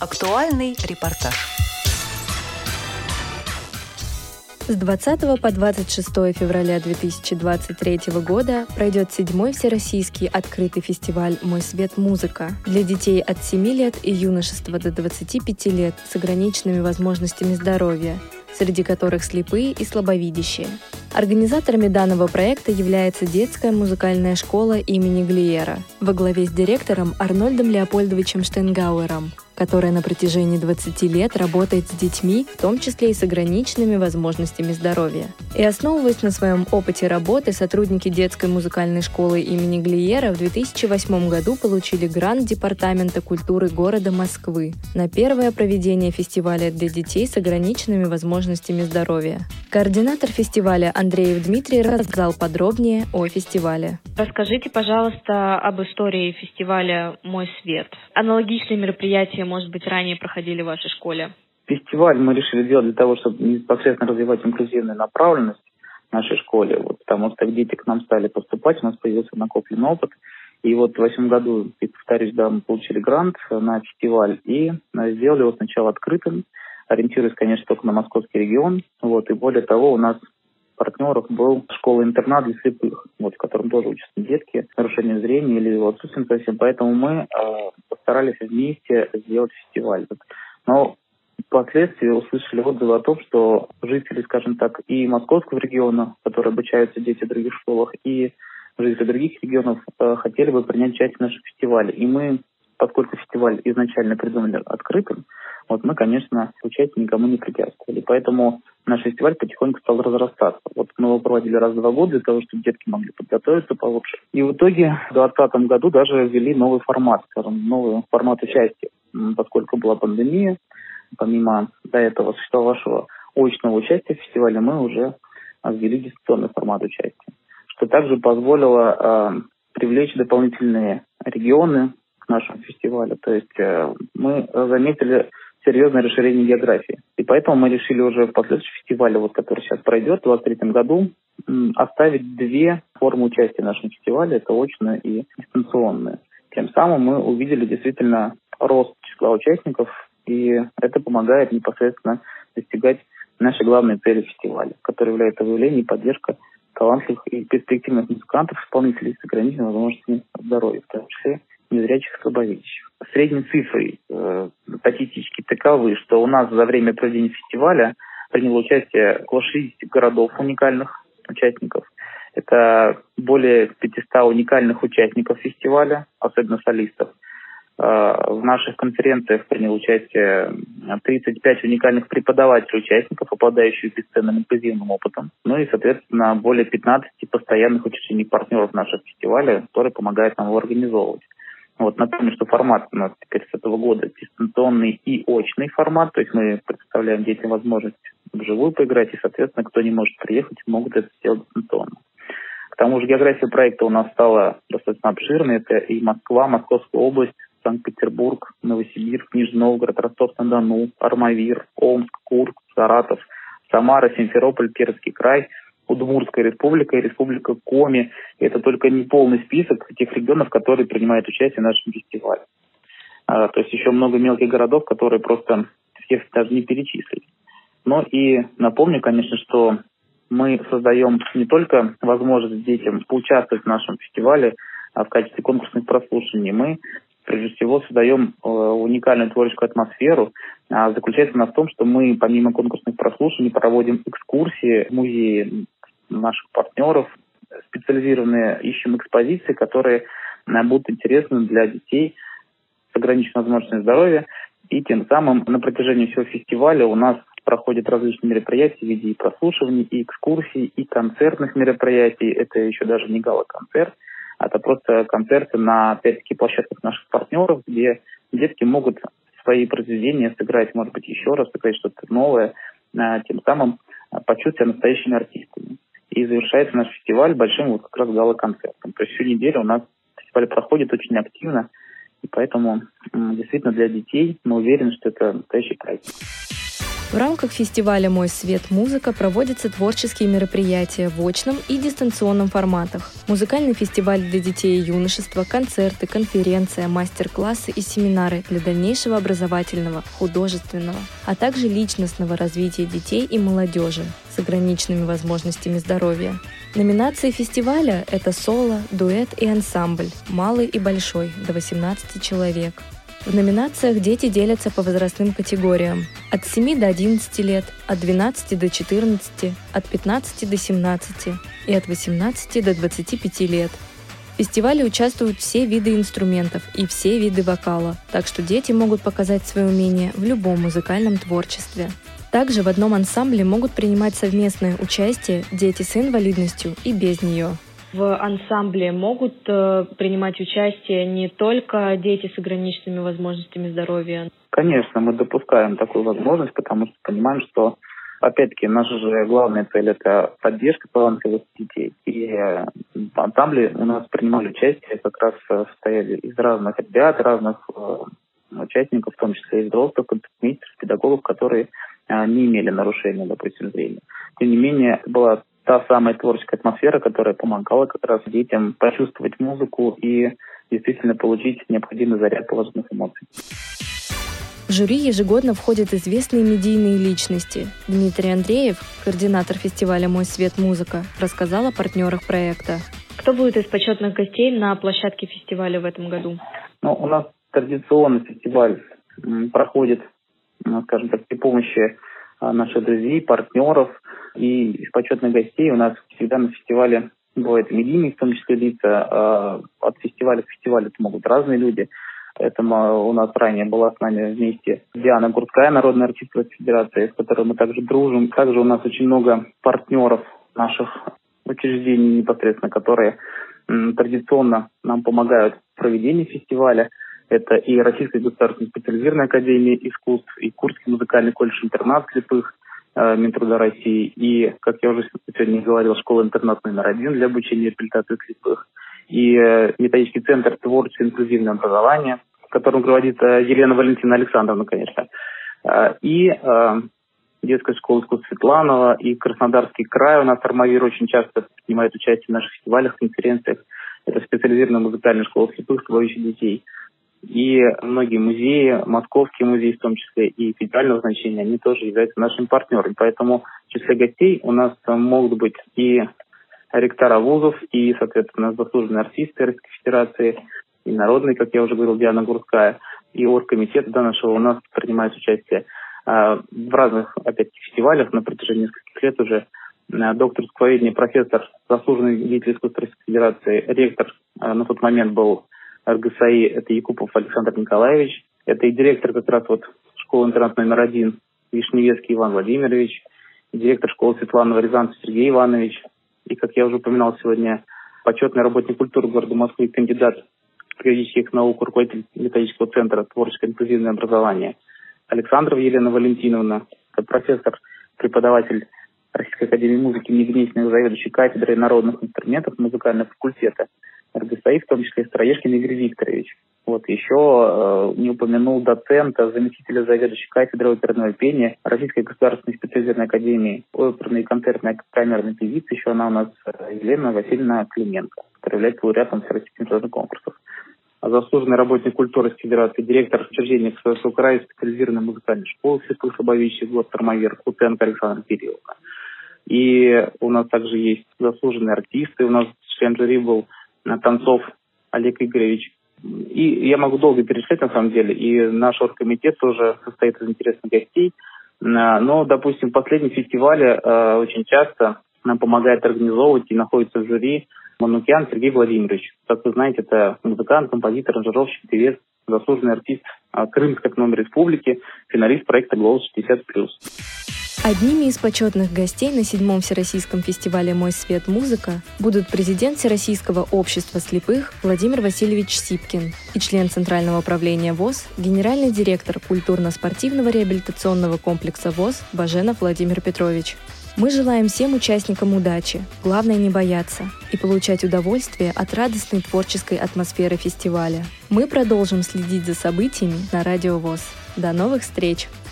Актуальный репортаж. С 20 по 26 февраля 2023 года пройдет 7-й Всероссийский открытый фестиваль «Мой свет. Музыка» для детей от 7 лет и юношества до 25 лет с ограниченными возможностями здоровья, среди которых слепые и слабовидящие. Организаторами данного проекта является детская музыкальная школа имени Глиера во главе с директором Арнольдом Леопольдовичем Штенгауэром, которая на протяжении 20 лет работает с детьми, в том числе и с ограниченными возможностями здоровья. И основываясь на своем опыте работы, сотрудники детской музыкальной школы имени Глиера в 2008 году получили грант Департамента культуры города Москвы на первое проведение фестиваля для детей с ограниченными возможностями здоровья. Координатор фестиваля Андреев Дмитрий рассказал подробнее о фестивале. Расскажите, пожалуйста, об истории фестиваля «Мой свет». Аналогичные мероприятия, может быть, ранее проходили в вашей школе? Фестиваль мы решили делать для того, чтобы непосредственно развивать инклюзивную направленность в нашей школе, потому что дети к нам стали поступать, у нас появился накопленный опыт. И в 2008 году, повторюсь, мы получили грант на фестиваль и сделали его сначала открытым, ориентируясь, конечно, только на московский регион. И более того, у нас партнеров был школа-интернат для слепых, в котором тоже учатся детки с нарушением зрения или отсутствием совсем. Поэтому мы постарались вместе сделать фестиваль. Но впоследствии услышали отзывы о том, что жители, скажем так, и московского региона, в котором обучаются дети в других школах, и жители других регионов хотели бы принять участие в нашем фестивале. И мы, поскольку фестиваль изначально придумали открытым, мы, конечно, участие никому не препятствовали. Поэтому наш фестиваль потихоньку стал разрастаться. Мы его проводили раз в 2 года для того, чтобы детки могли подготовиться получше. И в итоге в 2020 году даже ввели новый формат, новый формат участия. Поскольку была пандемия, помимо до этого существовавшего очного участия в фестивале, мы уже ввели дистанционный формат участия, что также позволило привлечь дополнительные регионы к нашему фестивалю. То есть мы заметили серьезное расширение географии. И поэтому мы решили уже в последующем фестивале, который сейчас пройдет в 2023 году, оставить 2 формы участия в нашем фестивале, это очное и дистанционное. Тем самым мы увидели действительно рост числа участников, и это помогает непосредственно достигать нашей главной цели фестиваля, которая является выявление и поддержка талантливых и перспективных музыкантов, исполнителей с ограниченными возможностями здоровья, в том числе незрячих и слабовидящих. Средней цифрой статистически таковы, что у нас за время проведения фестиваля приняло участие около 60 городов уникальных участников. Это более 500 уникальных участников фестиваля, особенно солистов. В наших конференциях приняло участие 35 уникальных преподавателей-участников, обладающих бесценным инклюзивным опытом. И, соответственно, более 15 постоянных участников партнеров нашего фестиваля, которые помогают нам его организовывать. Напомню, что формат у нас теперь с этого года дистанционный и очный формат, то есть мы предоставляем детям возможность вживую поиграть, и, соответственно, кто не может приехать, могут это сделать дистанционно. К тому же география проекта у нас стала достаточно обширной. Это и Москва, Московская область, Санкт-Петербург, Новосибирск, Нижний Новгород, Ростов-на-Дону, Армавир, Омск, Курск, Саратов, Самара, Симферополь, Пермский край, Удмуртская республика и республика Коми. И это только не полный список тех регионов, которые принимают участие в нашем фестивале. То есть еще много мелких городов, которые просто всех даже не перечислить. Но и напомню, конечно, что мы создаем не только возможность детям поучаствовать в нашем фестивале в качестве конкурсных прослушиваний, мы прежде всего создаем уникальную творческую атмосферу. Заключается она в том, что мы помимо конкурсных прослушиваний проводим экскурсии в музеи наших партнеров, специализированные ищем экспозиции, которые будут интересны для детей с ограниченной возможностью здоровья. И тем самым на протяжении всего фестиваля у нас проходят различные мероприятия в виде и прослушиваний, и экскурсий, и концертных мероприятий. Это еще даже не гала-концерт, а это просто концерты на, опять-таки, площадках наших партнеров, где детки могут свои произведения сыграть, может быть, еще раз, сыграть что-то новое, тем самым почувствовать себя настоящими артистами. И завершается наш фестиваль большим как раз гала-концертом. То есть всю неделю у нас фестиваль проходит очень активно, и поэтому действительно для детей мы уверены, что это настоящий праздник. В рамках фестиваля «Мой свет. Музыка» проводятся творческие мероприятия в очном и дистанционном форматах. Музыкальный фестиваль для детей и юношества, концерты, конференция, мастер-классы и семинары для дальнейшего образовательного, художественного, а также личностного развития детей и молодежи с ограниченными возможностями здоровья. Номинации фестиваля – это соло, дуэт и ансамбль, малый и большой, до 18 человек. В номинациях дети делятся по возрастным категориям – от 7 до 11 лет, от 12 до 14, от 15 до 17 и от 18 до 25 лет. В фестивале участвуют все виды инструментов и все виды вокала, так что дети могут показать свои умения в любом музыкальном творчестве. Также в одном ансамбле могут принимать совместное участие дети с инвалидностью и без нее. В ансамбле могут принимать участие не только дети с ограниченными возможностями здоровья? Конечно, мы допускаем такую возможность, потому что понимаем, что, опять-таки, наша же главная цель – это поддержка талантливых детей. И в ансамбле у нас принимали участие, как раз состояли из разных ребят, разных участников, в том числе и взрослых, концертмейстеров, педагогов, которые не имели нарушения, допустим, зрения. Тем не менее, была та самая творческая атмосфера, которая помогала как раз детям почувствовать музыку и действительно получить необходимый заряд положительных эмоций. В жюри ежегодно входят известные медийные личности. Дмитрий Андреев, координатор фестиваля «Мой свет. Музыка», рассказал о партнерах проекта. Кто будет из почетных гостей на площадке фестиваля в этом году? У нас традиционно фестиваль проходит, скажем так, при помощи наших друзей, партнеров. И из почетных гостей у нас всегда на фестивале бывают медийные, в том числе лица. От фестиваля к фестивалю это могут разные люди. Поэтому у нас ранее была с нами вместе Диана Гурская, народная артистка Российской Федерации, с которой мы также дружим. Также у нас очень много партнеров наших учреждений непосредственно, которые традиционно нам помогают в проведении фестиваля. Это и Российская государственная специализированная академия искусств, и Курский музыкальный колледж-интернат слепых Минтруда России, и, как я уже сегодня говорил, школа-интернат номер 1 для обучения и реабилитации слепых, и методический центр творческое инклюзивное образование, которым руководит Елена Валентина Александровна, конечно, и детская школа искусств Светланова, и Краснодарский край у нас Армавир очень часто принимает участие в наших фестивалях, конференциях. Это специализированная музыкальная школа слепых, слабовидящих детей. И многие музеи, Московский музей в том числе, и федерального значения, они тоже являются нашими партнерами. Поэтому в числе гостей у нас могут быть и ректора вузов, и, соответственно, заслуженные артисты Российской Федерации, и народные, как я уже говорил, Диана Гурская, и оргкомитет нашего у нас принимает участие в разных, опять-таки, фестивалях на протяжении нескольких лет уже. Доктор искусствоведения, профессор, заслуженный деятель искусства Российской Федерации, ректор на тот момент был РГСАИ, это Якупов Александр Николаевич, это и директор как раз школы-интернат номер 1 Вишневецкий Иван Владимирович, и директор школы Светланова Рязанцев Сергей Иванович, и, как я уже упоминал сегодня, почетный работник культуры города Москвы, кандидат педагогических наук, руководитель методического центра творческое инклюзивное образование Александрова Елена Валентиновна, это профессор, преподаватель Российской академии музыки, негнесный заведующий кафедрой народных инструментов музыкального факультета РГСАИ, в том числе Строежкин Игорь Викторович. Еще не упомянул доцента, заместителя заведующей кафедрой оперного пения Российской государственной специализированной академии оперной и концертной камерной певицы. Еще она у нас Елена Васильевна Клименко, которая является лауреатом всероссийских международных конкурсов. Заслуженный работник культуры Российской Федерации, директор учреждения Красноярского края специализированной музыкальной школы слепых слабовидящих город Армавир Кутенко Александра Кирилловна. И у нас также есть заслуженные артисты. У нас член жюри был Танцов Олег Игоревич. И я могу долго перечислять, на самом деле. И наш оргкомитет тоже состоит из интересных гостей. Но, допустим, в последнем фестивале очень часто нам помогает организовывать и находится в жюри Манукян Сергей Владимирович. Как вы знаете, это музыкант, композитор, аранжировщик, певец, заслуженный артист Крымской автономной республики, финалист проекта «Голос 60+». Одними из почетных гостей на 7-м Всероссийском фестивале «Мой свет. Музыка» будут президент Всероссийского общества слепых Владимир Васильевич Сипкин и член Центрального управления ВОС, генеральный директор культурно-спортивного реабилитационного комплекса ВОС Баженов Владимир Петрович. Мы желаем всем участникам удачи, главное не бояться, и получать удовольствие от радостной творческой атмосферы фестиваля. Мы продолжим следить за событиями на Радио ВОС. До новых встреч!